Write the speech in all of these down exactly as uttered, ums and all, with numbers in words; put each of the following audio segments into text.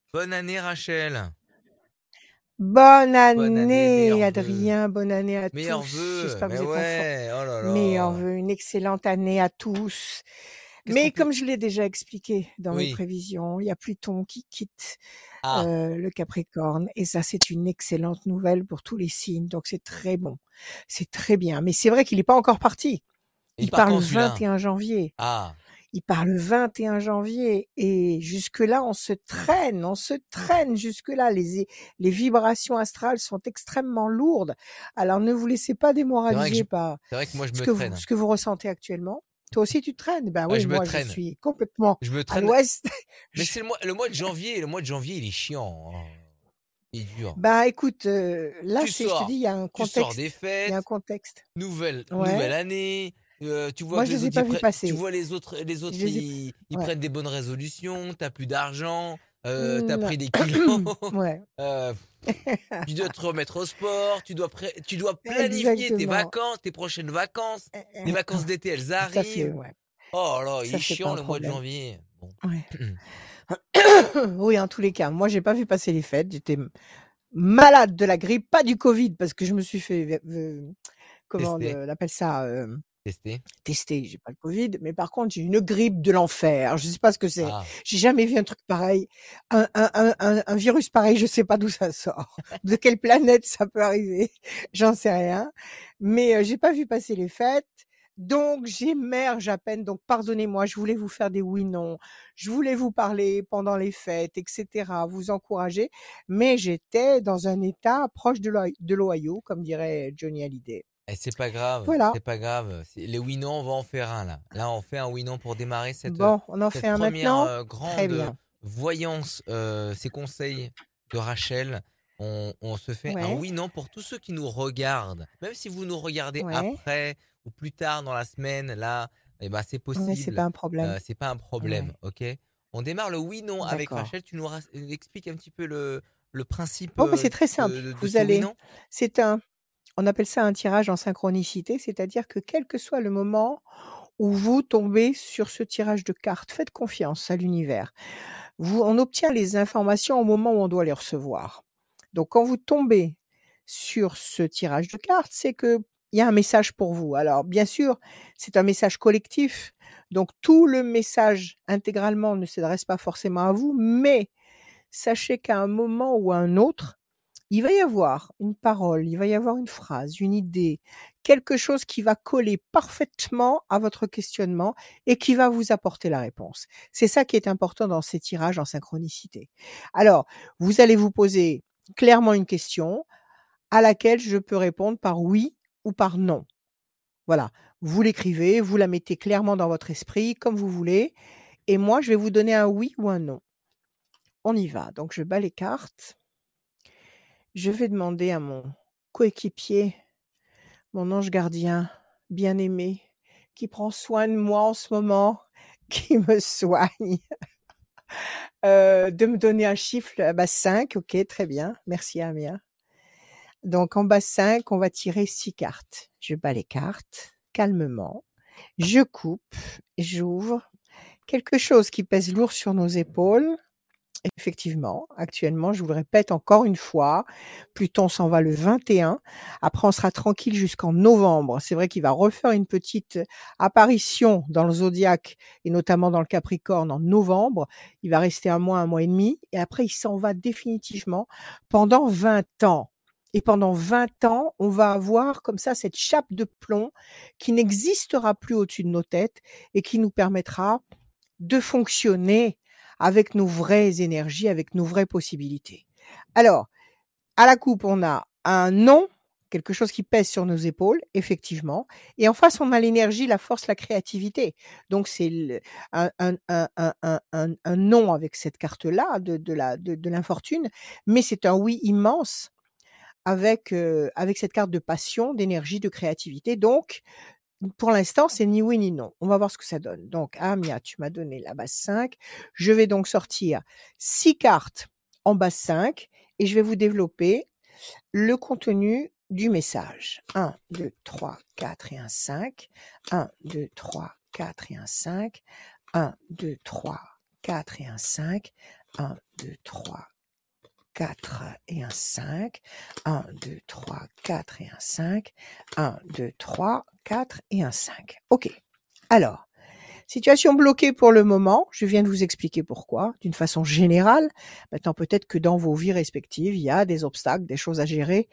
Bonne année, Rachel. Bonne Bonne année, année, meilleurs vœux. Adrien. Bonne année à Meilleurs tous. vœux. J'espère que Mais vous êtes en forme. ouais, oh là Meilleurs là. vœux, une excellente année à tous. Qu'est-ce qu'on Mais peut... comme je l'ai déjà expliqué dans mes Oui. prévisions, il y a Pluton qui quitte Ah, euh, le Capricorne. Et ça, c'est une excellente nouvelle pour tous les signes. Donc, c'est très bon. C'est très bien. Mais c'est vrai qu'il n'est pas encore parti. il Il part part le quand celui-là? vingt et un janvier. Ah, Il part le vingt et un janvier et jusque-là, on se traîne, on se traîne jusque-là. Les, les vibrations astrales sont extrêmement lourdes. Alors ne vous laissez pas c'est vrai que je... démoraliser par c'est vrai que moi je ce me que vous, traîne. ce que vous ressentez actuellement. Toi aussi, tu te traînes. Ben Ouais, oui, je me moi, je traîne. suis complètement Je me à traîne. l'ouest. Mais Je- c'est le mois, le mois de janvier. Le mois de janvier, il est chiant. Oh, il est dur. Ben écoute, euh, là, Tu c'est, je te dis, sors. il y a un Tu sors des contexte. Il y a un fêtes. contexte. Nouvelle, nouvelle Ouais. année. Euh, tu vois Moi, que je les les ai autres, pas ils, vus pre- tu passer. vois les autres, les Je autres, les ai. ils, ils Ouais. prennent des bonnes résolutions. T'as plus d'argent. Euh, t'as Non. pris des kilos. Ouais. euh, Tu dois te remettre au sport, tu dois, pré- tu dois planifier tes Exactement. vacances, tes prochaines vacances. Les vacances d'été, elles Ça, c'est, arrivent. ouais. Oh là, il Ça, est c'est pas chiant un le mois de problème. janvier. Bon. Ouais. Oui, en tous les cas, moi, j'ai pas vu passer les fêtes. J'étais m- malade de la grippe, pas du Covid, parce que je me suis fait, euh, comment on Tester, euh, appelle ça, euh, tester. tester. J'ai pas le Covid, mais par contre, j'ai une grippe de l'enfer. Je sais pas ce que c'est. Ah, J'ai jamais vu un truc pareil, un, un, un, un, un virus pareil. Je sais pas d'où ça sort, de quelle planète ça peut arriver. J'en sais rien. Mais euh, j'ai pas vu passer les fêtes. Donc j'émerge à peine. Donc pardonnez-moi, je voulais vous faire des oui-non. Je voulais vous parler pendant les fêtes, et cetera. Vous encourager. Mais j'étais dans un état proche de l'Ohio, de l'Ohio, comme dirait Johnny Hallyday. et c'est pas grave, Voilà. c'est pas grave. C'est- Les oui-non, on va en faire un là. Là, on fait un oui-non pour démarrer cette, euh, Bon, on en fait cette un première maintenant? euh, Très grande bien. voyance, euh, ces conseils de Rachel. On, on se fait un Ouais, oui-non pour tous ceux qui nous regardent. Même si vous nous regardez ouais, après ou plus tard dans la semaine, là, eh ben, c'est ouais, c'est possible. pas un problème. Euh, c'est pas un problème, Ouais, ok? On démarre le oui-non avec d'accord. Rachel. Tu nous ra- expliques un petit peu le, le principe Bon, bah, euh, c'est très simple. de, de, de Vous ce allez, oui-non? c'est un, on appelle ça un tirage en synchronicité, c'est-à-dire que quel que soit le moment où vous tombez sur ce tirage de cartes, faites confiance à l'univers. Vous, on obtient les informations au moment où on doit les recevoir. Donc, quand vous tombez sur ce tirage de cartes, c'est que il y a un message pour vous. Alors, bien sûr, c'est un message collectif. Donc, tout le message intégralement ne s'adresse pas forcément à vous, mais sachez qu'à un moment ou à un autre, il va y avoir une parole, il va y avoir une phrase, une idée, quelque chose qui va coller parfaitement à votre questionnement et qui va vous apporter la réponse. C'est ça qui est important dans ces tirages en synchronicité. Alors, vous allez vous poser clairement une question à laquelle je peux répondre par oui ou par non. Voilà, vous l'écrivez, vous la mettez clairement dans votre esprit comme vous voulez et moi je vais vous donner un oui ou un non. On y va. Donc je bats les cartes. Je vais demander à mon coéquipier, mon ange gardien bien-aimé, qui prend soin de moi en ce moment, qui me soigne, heu, de me donner un chiffre, ah bah cinq, OK, très bien, merci Amia. Donc en bas cinq, on va tirer six cartes. Je bats les cartes calmement, je coupe, j'ouvre. Quelque chose qui pèse lourd sur nos épaules. Effectivement, actuellement, je vous le répète encore une fois, Pluton s'en va le vingt et un. Après, on sera tranquille jusqu'en novembre. C'est vrai qu'il va refaire une petite apparition dans le zodiaque et notamment dans le Capricorne en novembre. Il va rester un mois, un mois et demi et après, il s'en va définitivement pendant vingt ans. Et pendant vingt ans, on va avoir comme ça cette chape de plomb qui n'existera plus au-dessus de nos têtes et qui nous permettra de fonctionner avec nos vraies énergies, avec nos vraies possibilités. Alors, à la coupe, on a un non, quelque chose qui pèse sur nos épaules, effectivement. Et en face, on a l'énergie, la force, la créativité. Donc, c'est le- un, un, un, un, un, un- un non avec cette carte-là de, de, la, de, de l'infortune, mais c'est un oui immense avec, euh, avec cette carte de passion, d'énergie, de créativité. Donc, pour l'instant, c'est ni oui ni non. On va voir ce que ça donne. Donc, Amia, tu m'as donné la base cinq. Je vais donc sortir six cartes en base cinq et je vais vous développer le contenu du message. un, deux, trois, quatre et un cinq. un, deux, trois, quatre et un cinq. un, deux, trois, quatre et un cinq. un, deux, trois, quatre et un cinq. un, deux, trois, quatre et un cinq. un, deux, trois, quatre et un cinq. OK. Alors, situation bloquée pour le moment. Je viens de vous expliquer pourquoi, d'une façon générale. Maintenant, peut-être que dans vos vies respectives, il y a des obstacles, des choses à gérer.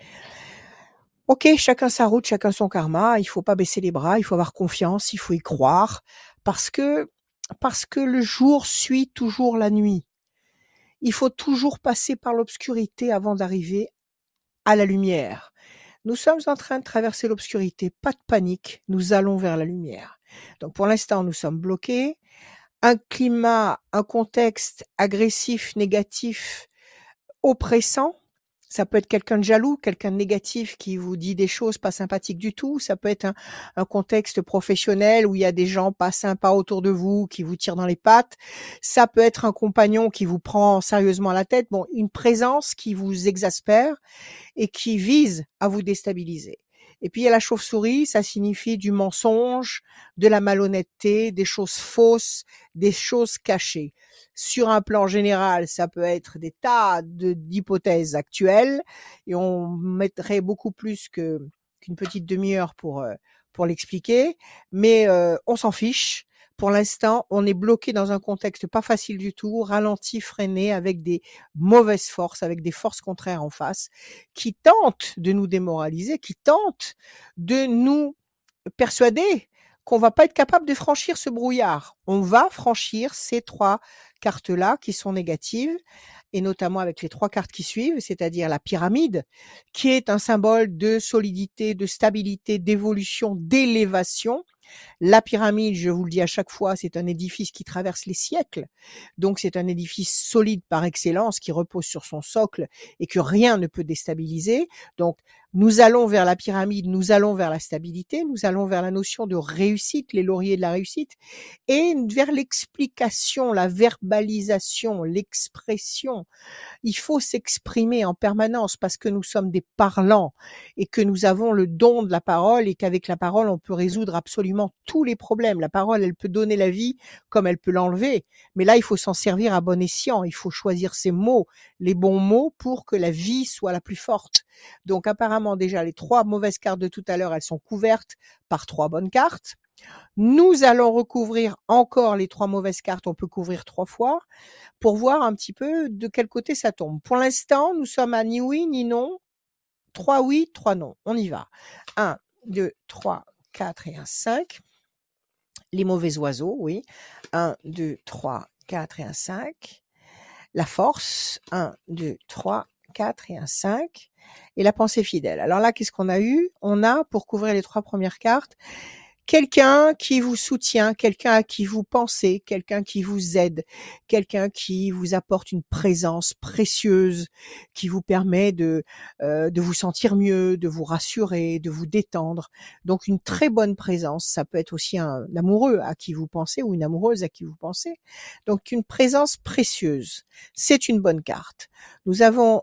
OK, chacun sa route, chacun son karma. Il faut pas baisser les bras, il faut avoir confiance, il faut y croire. Parce que, parce que le jour suit toujours la nuit. Il faut toujours passer par l'obscurité avant d'arriver à la lumière. Nous sommes en train de traverser l'obscurité, pas de panique, nous allons vers la lumière. Donc pour l'instant, nous sommes bloqués. Un climat, un contexte agressif, négatif, oppressant. Ça peut être quelqu'un de jaloux, quelqu'un de négatif qui vous dit des choses pas sympathiques du tout. Ça peut être un, un contexte professionnel où il y a des gens pas sympas autour de vous qui vous tirent dans les pattes. Ça peut être un compagnon qui vous prend sérieusement la tête. Bon, une présence qui vous exaspère et qui vise à vous déstabiliser. Et puis il y a la chauve-souris, ça signifie du mensonge, de la malhonnêteté, des choses fausses, des choses cachées. Sur un plan général, ça peut être des tas de, d'hypothèses actuelles et on mettrait beaucoup plus que qu'une petite demi-heure pour euh, pour l'expliquer, mais euh, on s'en fiche. Pour l'instant, on est bloqué dans un contexte pas facile du tout, ralenti, freiné, avec des mauvaises forces, avec des forces contraires en face, qui tentent de nous démoraliser, qui tentent de nous persuader qu'on va pas être capable de franchir ce brouillard. On va franchir ces trois cartes-là qui sont négatives, et notamment avec les trois cartes qui suivent, c'est-à-dire la pyramide, qui est un symbole de solidité, de stabilité, d'évolution, d'élévation. La pyramide, je vous le dis à chaque fois, c'est un édifice qui traverse les siècles. Donc c'est un édifice solide par excellence qui repose sur son socle et que rien ne peut déstabiliser. Donc nous allons vers la pyramide, nous allons vers la stabilité, nous allons vers la notion de réussite, les lauriers de la réussite, et vers l'explication, la verbalisation, l'expression. Il faut s'exprimer en permanence parce que nous sommes des parlants et que nous avons le don de la parole et qu'avec la parole, on peut résoudre absolument tous les problèmes. La parole, elle peut donner la vie comme elle peut l'enlever. Mais là, il faut s'en servir à bon escient. Il faut choisir ses mots, les bons mots pour que la vie soit la plus forte. Donc apparemment, déjà, les trois mauvaises cartes de tout à l'heure, elles sont couvertes par trois bonnes cartes. Nous allons recouvrir encore les trois mauvaises cartes. On peut couvrir trois fois pour voir un petit peu de quel côté ça tombe. Pour l'instant, nous sommes à ni oui, ni non. Trois oui, trois non. On y va. Un, deux, trois, quatre et un cinq. Les mauvais oiseaux, oui. Un, deux, trois, quatre et un cinq. La force. Un, deux, trois, quatre et un cinq. Et la pensée fidèle. Alors là, qu'est-ce qu'on a eu? On a, pour couvrir les trois premières cartes, quelqu'un qui vous soutient, quelqu'un à qui vous pensez, quelqu'un qui vous aide, quelqu'un qui vous apporte une présence précieuse, qui vous permet de euh, de vous sentir mieux, de vous rassurer, de vous détendre. Donc une très bonne présence. Ça peut être aussi un amoureux à qui vous pensez ou une amoureuse à qui vous pensez. Donc une présence précieuse. C'est une bonne carte. Nous avons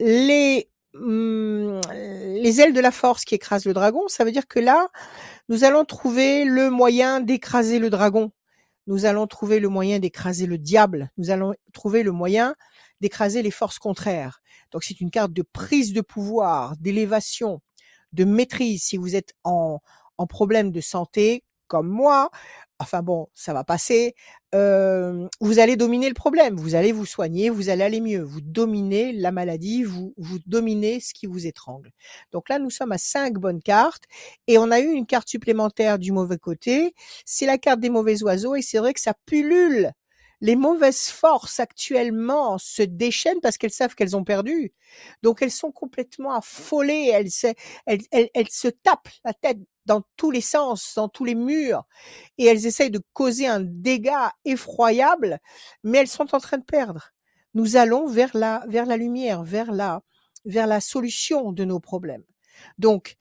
les hum, les ailes de la force qui écrasent le dragon. Ça veut dire que là, nous allons trouver le moyen d'écraser le dragon. Nous allons trouver le moyen d'écraser le diable. Nous allons trouver le moyen d'écraser les forces contraires. Donc c'est une carte de prise de pouvoir, d'élévation, de maîtrise. Si vous êtes en, en problème de santé, comme moi, enfin bon, ça va passer, euh, vous allez dominer le problème, vous allez vous soigner, vous allez aller mieux, vous dominez la maladie, vous, vous dominez ce qui vous étrangle. Donc là, nous sommes à cinq bonnes cartes et on a eu une carte supplémentaire du mauvais côté, c'est la carte des mauvais oiseaux et c'est vrai que ça pullule. Les mauvaises forces actuellement se déchaînent parce qu'elles savent qu'elles ont perdu. Donc elles sont complètement affolées, elles, se- elles, elles, elles se tapent la tête dans tous les sens, dans tous les murs, et elles essayent de causer un dégât effroyable, mais elles sont en train de perdre. Nous allons vers la, vers la lumière, vers la, vers la solution de nos problèmes. Donc,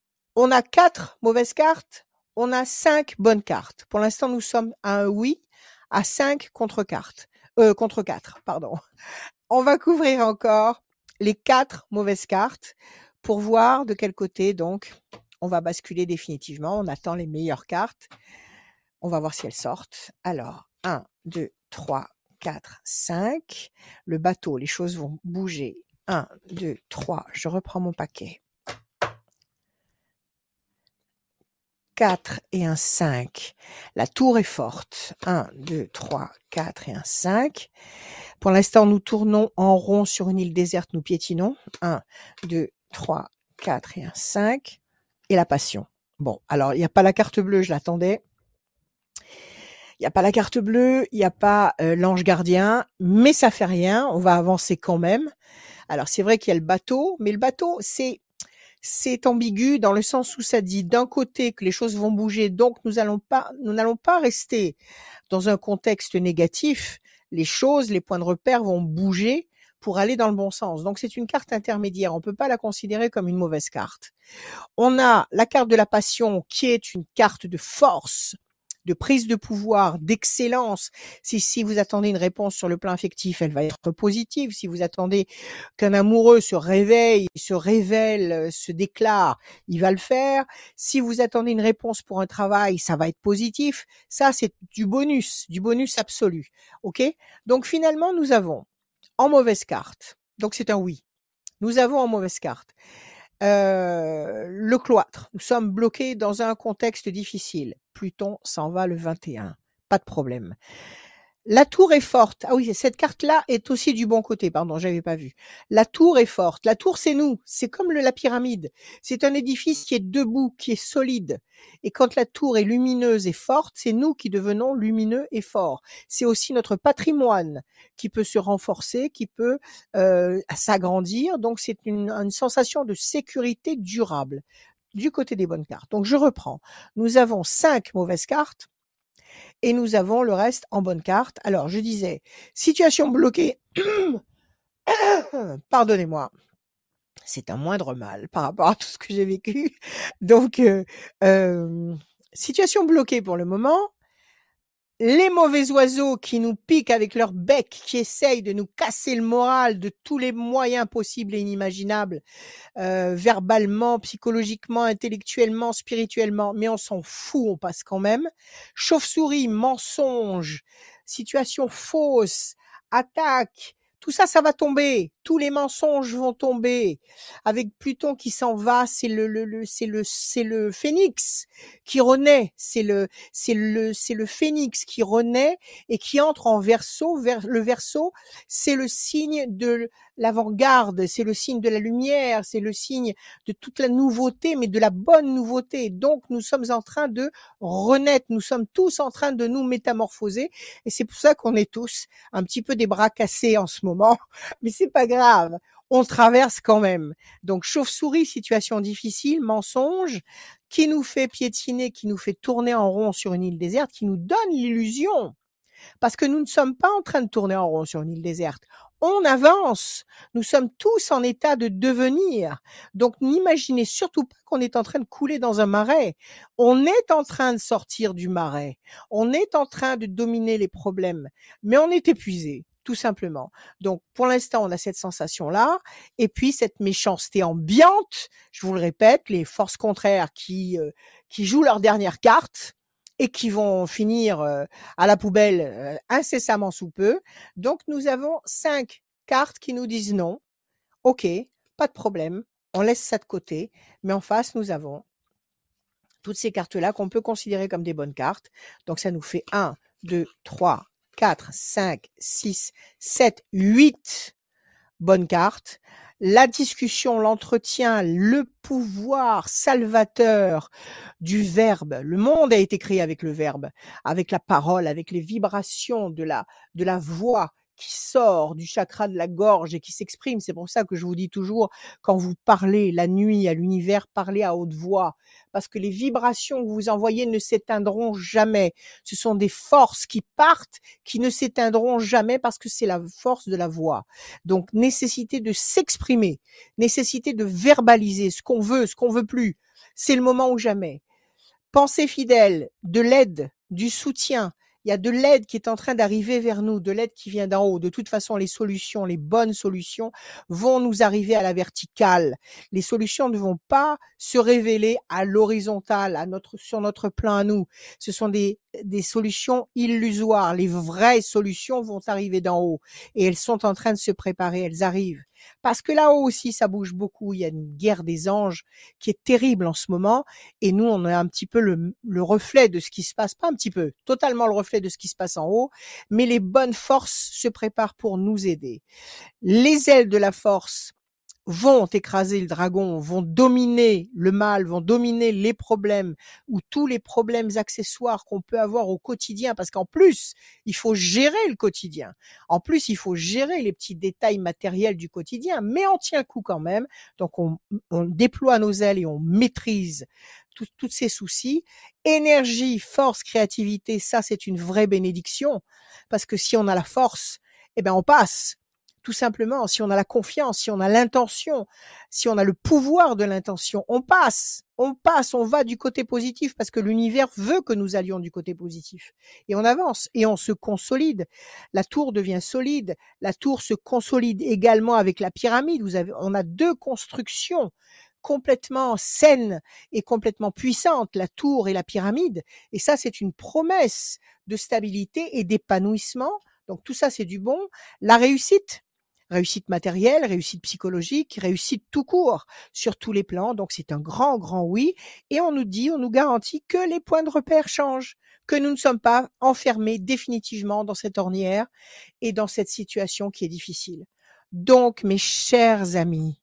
on a quatre mauvaises cartes, on a cinq bonnes cartes. Pour l'instant, nous sommes à un oui, à cinq contre cartes, euh, contre quatre, pardon. On va couvrir encore les quatre mauvaises cartes pour voir de quel côté, donc, on va basculer définitivement. On attend les meilleures cartes. On va voir si elles sortent. Alors, un, deux, trois, quatre, cinq. Le bateau, les choses vont bouger. un, deux, trois. Je reprends mon paquet. quatre et un cinq. La tour est forte. un, deux, trois, quatre et un cinq. Pour l'instant, nous tournons en rond sur une île déserte, nous piétinons. un, deux, trois, quatre et un cinq. Et la passion. Bon, alors, il n'y a pas la carte bleue, je l'attendais. Il n'y a pas la carte bleue, il n'y a pas euh, l'ange gardien, mais ça fait rien, on va avancer quand même. Alors, c'est vrai qu'il y a le bateau, mais le bateau, c'est c'est ambigu dans le sens où ça dit d'un côté que les choses vont bouger, donc nous allons pas, nous n'allons pas rester dans un contexte négatif. Les choses, les points de repère vont bouger pour aller dans le bon sens. Donc c'est une carte intermédiaire. On peut pas la considérer comme une mauvaise carte. On a la carte de la passion qui est une carte de force, de prise de pouvoir, d'excellence. Si, si vous attendez une réponse sur le plan affectif, elle va être positive. Si vous attendez qu'un amoureux se réveille, se révèle, se déclare, il va le faire. Si vous attendez une réponse pour un travail, ça va être positif. Ça, c'est du bonus, du bonus absolu. OK? Donc finalement, nous avons en mauvaise carte. Donc c'est un oui. Nous avons en mauvaise carte Euh, le cloître. Nous sommes bloqués dans un contexte difficile. Pluton s'en va le vingt et un. Pas de problème. La tour est forte. Ah oui, cette carte-là est aussi du bon côté. Pardon, j'avais pas vu. La tour est forte. La tour, c'est nous. C'est comme le, la pyramide. C'est un édifice qui est debout, qui est solide. Et quand la tour est lumineuse et forte, c'est nous qui devenons lumineux et forts. C'est aussi notre patrimoine qui peut se renforcer, qui peut euh, s'agrandir. Donc, c'est une, une sensation de sécurité durable du côté des bonnes cartes. Donc, je reprends. Nous avons cinq mauvaises cartes. Et nous avons le reste en bonne carte. Alors, je disais, situation bloquée. Pardonnez-moi. C'est un moindre mal par rapport à tout ce que j'ai vécu. Donc, euh, euh, situation bloquée pour le moment. Les mauvais oiseaux qui nous piquent avec leur bec, qui essayent de nous casser le moral de tous les moyens possibles et inimaginables, euh, verbalement, psychologiquement, intellectuellement, spirituellement, mais on s'en fout, on passe quand même. Chauve-souris, mensonge, situation fausse, attaque, tout ça, ça va tomber. Tous les mensonges vont tomber. Avec Pluton qui s'en va, c'est le, le, le c'est le, c'est le phénix qui renaît. C'est le, c'est le, c'est le phénix qui renaît et qui entre en Verseau. Vers le Verseau, c'est le signe de l'avant-garde, c'est le signe de la lumière, c'est le signe de toute la nouveauté, mais de la bonne nouveauté. Donc, nous sommes en train de renaître. Nous sommes tous en train de nous métamorphoser. Et c'est pour ça qu'on est tous un petit peu des bras cassés en ce moment. Mais c'est pas grave. On traverse quand même. Donc, chauve-souris, situation difficile, mensonge, qui nous fait piétiner, qui nous fait tourner en rond sur une île déserte, qui nous donne l'illusion. Parce que nous ne sommes pas en train de tourner en rond sur une île déserte. On avance. Nous sommes tous en état de devenir. Donc, n'imaginez surtout pas qu'on est en train de couler dans un marais. On est en train de sortir du marais. On est en train de dominer les problèmes. Mais on est épuisé, tout simplement. Donc, pour l'instant, on a cette sensation-là. Et puis, cette méchanceté ambiante, je vous le répète, les forces contraires qui, euh, qui jouent leur dernière carte, et qui vont finir euh, à la poubelle euh, incessamment sous peu. Donc, nous avons cinq cartes qui nous disent non. OK, pas de problème, on laisse ça de côté. Mais en face, nous avons toutes ces cartes-là qu'on peut considérer comme des bonnes cartes. Donc, ça nous fait un, deux, trois, quatre, cinq, six, sept, huit bonnes cartes. La discussion, l'entretien, le pouvoir salvateur du verbe. Le monde a été créé avec le verbe, avec la parole, avec les vibrations de la, de la voix qui sort du chakra de la gorge et qui s'exprime. C'est pour ça que je vous dis toujours, quand vous parlez la nuit à l'univers, parlez à haute voix, parce que les vibrations que vous envoyez ne s'éteindront jamais. Ce sont des forces qui partent, qui ne s'éteindront jamais parce que c'est la force de la voix. Donc, nécessité de s'exprimer, nécessité de verbaliser ce qu'on veut, ce qu'on veut plus. C'est le moment ou jamais. Pensée fidèle, de l'aide, du soutien. Il y a de l'aide qui est en train d'arriver vers nous, de l'aide qui vient d'en haut. De toute façon, les solutions, les bonnes solutions vont nous arriver à la verticale. Les solutions ne vont pas se révéler à l'horizontale, à notre, sur notre plan à nous. Ce sont des des solutions illusoires. Les vraies solutions vont arriver d'en haut et elles sont en train de se préparer, elles arrivent. Parce que là-haut aussi, ça bouge beaucoup. Il y a une guerre des anges qui est terrible en ce moment et nous, on est un petit peu le, le reflet de ce qui se passe, pas un petit peu, totalement le reflet de ce qui se passe en haut, mais les bonnes forces se préparent pour nous aider. Les ailes de la force vont écraser le dragon, vont dominer le mal, vont dominer les problèmes ou tous les problèmes accessoires qu'on peut avoir au quotidien, parce qu'en plus, il faut gérer le quotidien. En plus, il faut gérer les petits détails matériels du quotidien, mais on tient le coup quand même. Donc, on, on déploie nos ailes et on maîtrise tous ces soucis. Énergie, force, créativité, ça, c'est une vraie bénédiction, parce que si on a la force, eh ben, on passe. Tout simplement, si on a la confiance, si on a l'intention, si on a le pouvoir de l'intention, on passe, on passe, on va du côté positif parce que l'univers veut que nous allions du côté positif. Et on avance et on se consolide. La tour devient solide. La tour se consolide également avec la pyramide. Vous avez, on a deux constructions complètement saines et complètement puissantes, la tour et la pyramide. Et ça, c'est une promesse de stabilité et d'épanouissement. Donc tout ça, c'est du bon. La réussite. Réussite matérielle, réussite psychologique, réussite tout court, sur tous les plans. Donc, c'est un grand, grand oui. Et on nous dit, on nous garantit que les points de repère changent, que nous ne sommes pas enfermés définitivement dans cette ornière et dans cette situation qui est difficile. Donc, mes chers amis,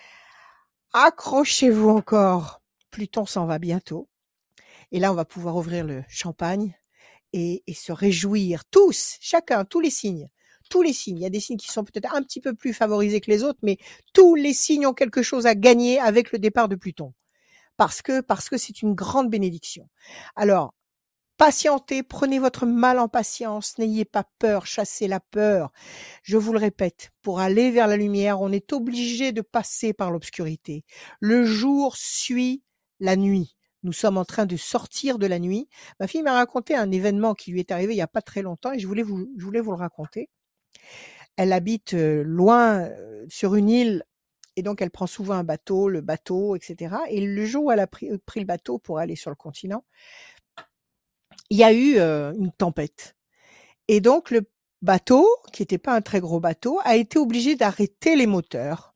accrochez-vous encore. Pluton s'en va bientôt. Et là, on va pouvoir ouvrir le champagne et, et se réjouir tous, chacun, tous les signes. Tous les signes. Il y a des signes qui sont peut-être un petit peu plus favorisés que les autres, mais tous les signes ont quelque chose à gagner avec le départ de Pluton. Parce que, parce que c'est une grande bénédiction. Alors, patientez, prenez votre mal en patience, n'ayez pas peur, chassez la peur. Je vous le répète, pour aller vers la lumière, on est obligé de passer par l'obscurité. Le jour suit la nuit. Nous sommes en train de sortir de la nuit. Ma fille m'a raconté un événement qui lui est arrivé il n'y a pas très longtemps et je voulais vous, je voulais vous le raconter. Elle habite loin sur une île et donc elle prend souvent un bateau, le bateau, et cetera. Et le jour où elle a pris, pris le bateau pour aller sur le continent, il y a eu euh, une tempête. Et donc le bateau, qui n'était pas un très gros bateau, a été obligé d'arrêter les moteurs.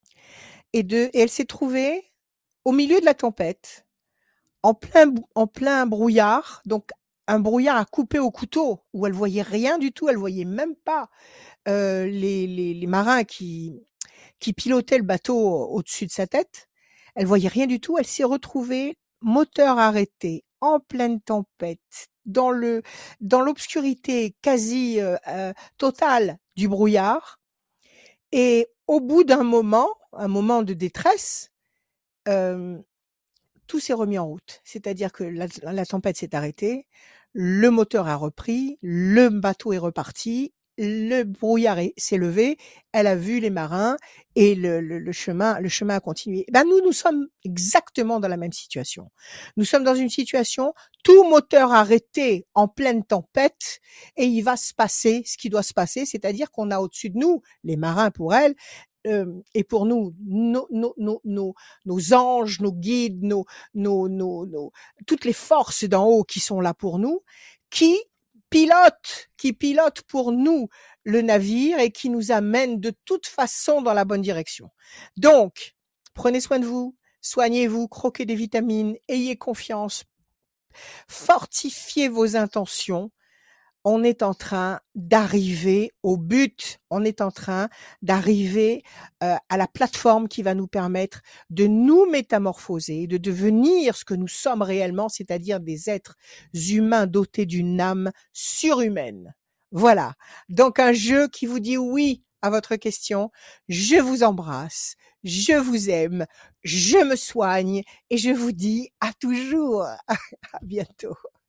Et, de, et elle s'est trouvée au milieu de la tempête, en plein, en plein brouillard, donc un brouillard à couper au couteau, où elle voyait rien du tout, elle voyait même pas Euh, les, les, les marins qui, qui pilotaient le bateau au-dessus de sa tête. Elle voyait rien du tout. Elle s'est retrouvée moteur arrêté, en pleine tempête, dans le dans l'obscurité quasi euh, euh, totale du brouillard. Et au bout d'un moment, un moment de détresse, euh, tout s'est remis en route. C'est-à-dire que la, la tempête s'est arrêtée, le moteur a repris, le bateau est reparti. Le brouillard s'est levé, elle a vu les marins et le, le, le chemin, le chemin a continué. Ben nous, nous sommes exactement dans la même situation. Nous sommes dans une situation, tout moteur arrêté en pleine tempête et il va se passer ce qui doit se passer, c'est-à-dire qu'on a au-dessus de nous, les marins pour elle, euh, et pour nous, nos, nos, nos, nos, nos anges, nos guides, nos, nos, nos, nos, toutes les forces d'en haut qui sont là pour nous, qui pilote, qui pilote pour nous le navire et qui nous amène de toute façon dans la bonne direction. Donc, prenez soin de vous, soignez-vous, croquez des vitamines, ayez confiance, fortifiez vos intentions. On est en train d'arriver au but, on est en train d'arriver euh, à la plateforme qui va nous permettre de nous métamorphoser, de devenir ce que nous sommes réellement, c'est-à-dire des êtres humains dotés d'une âme surhumaine. Voilà, donc un jeu qui vous dit oui à votre question. Je vous embrasse, je vous aime, je me soigne et je vous dis à toujours, à bientôt.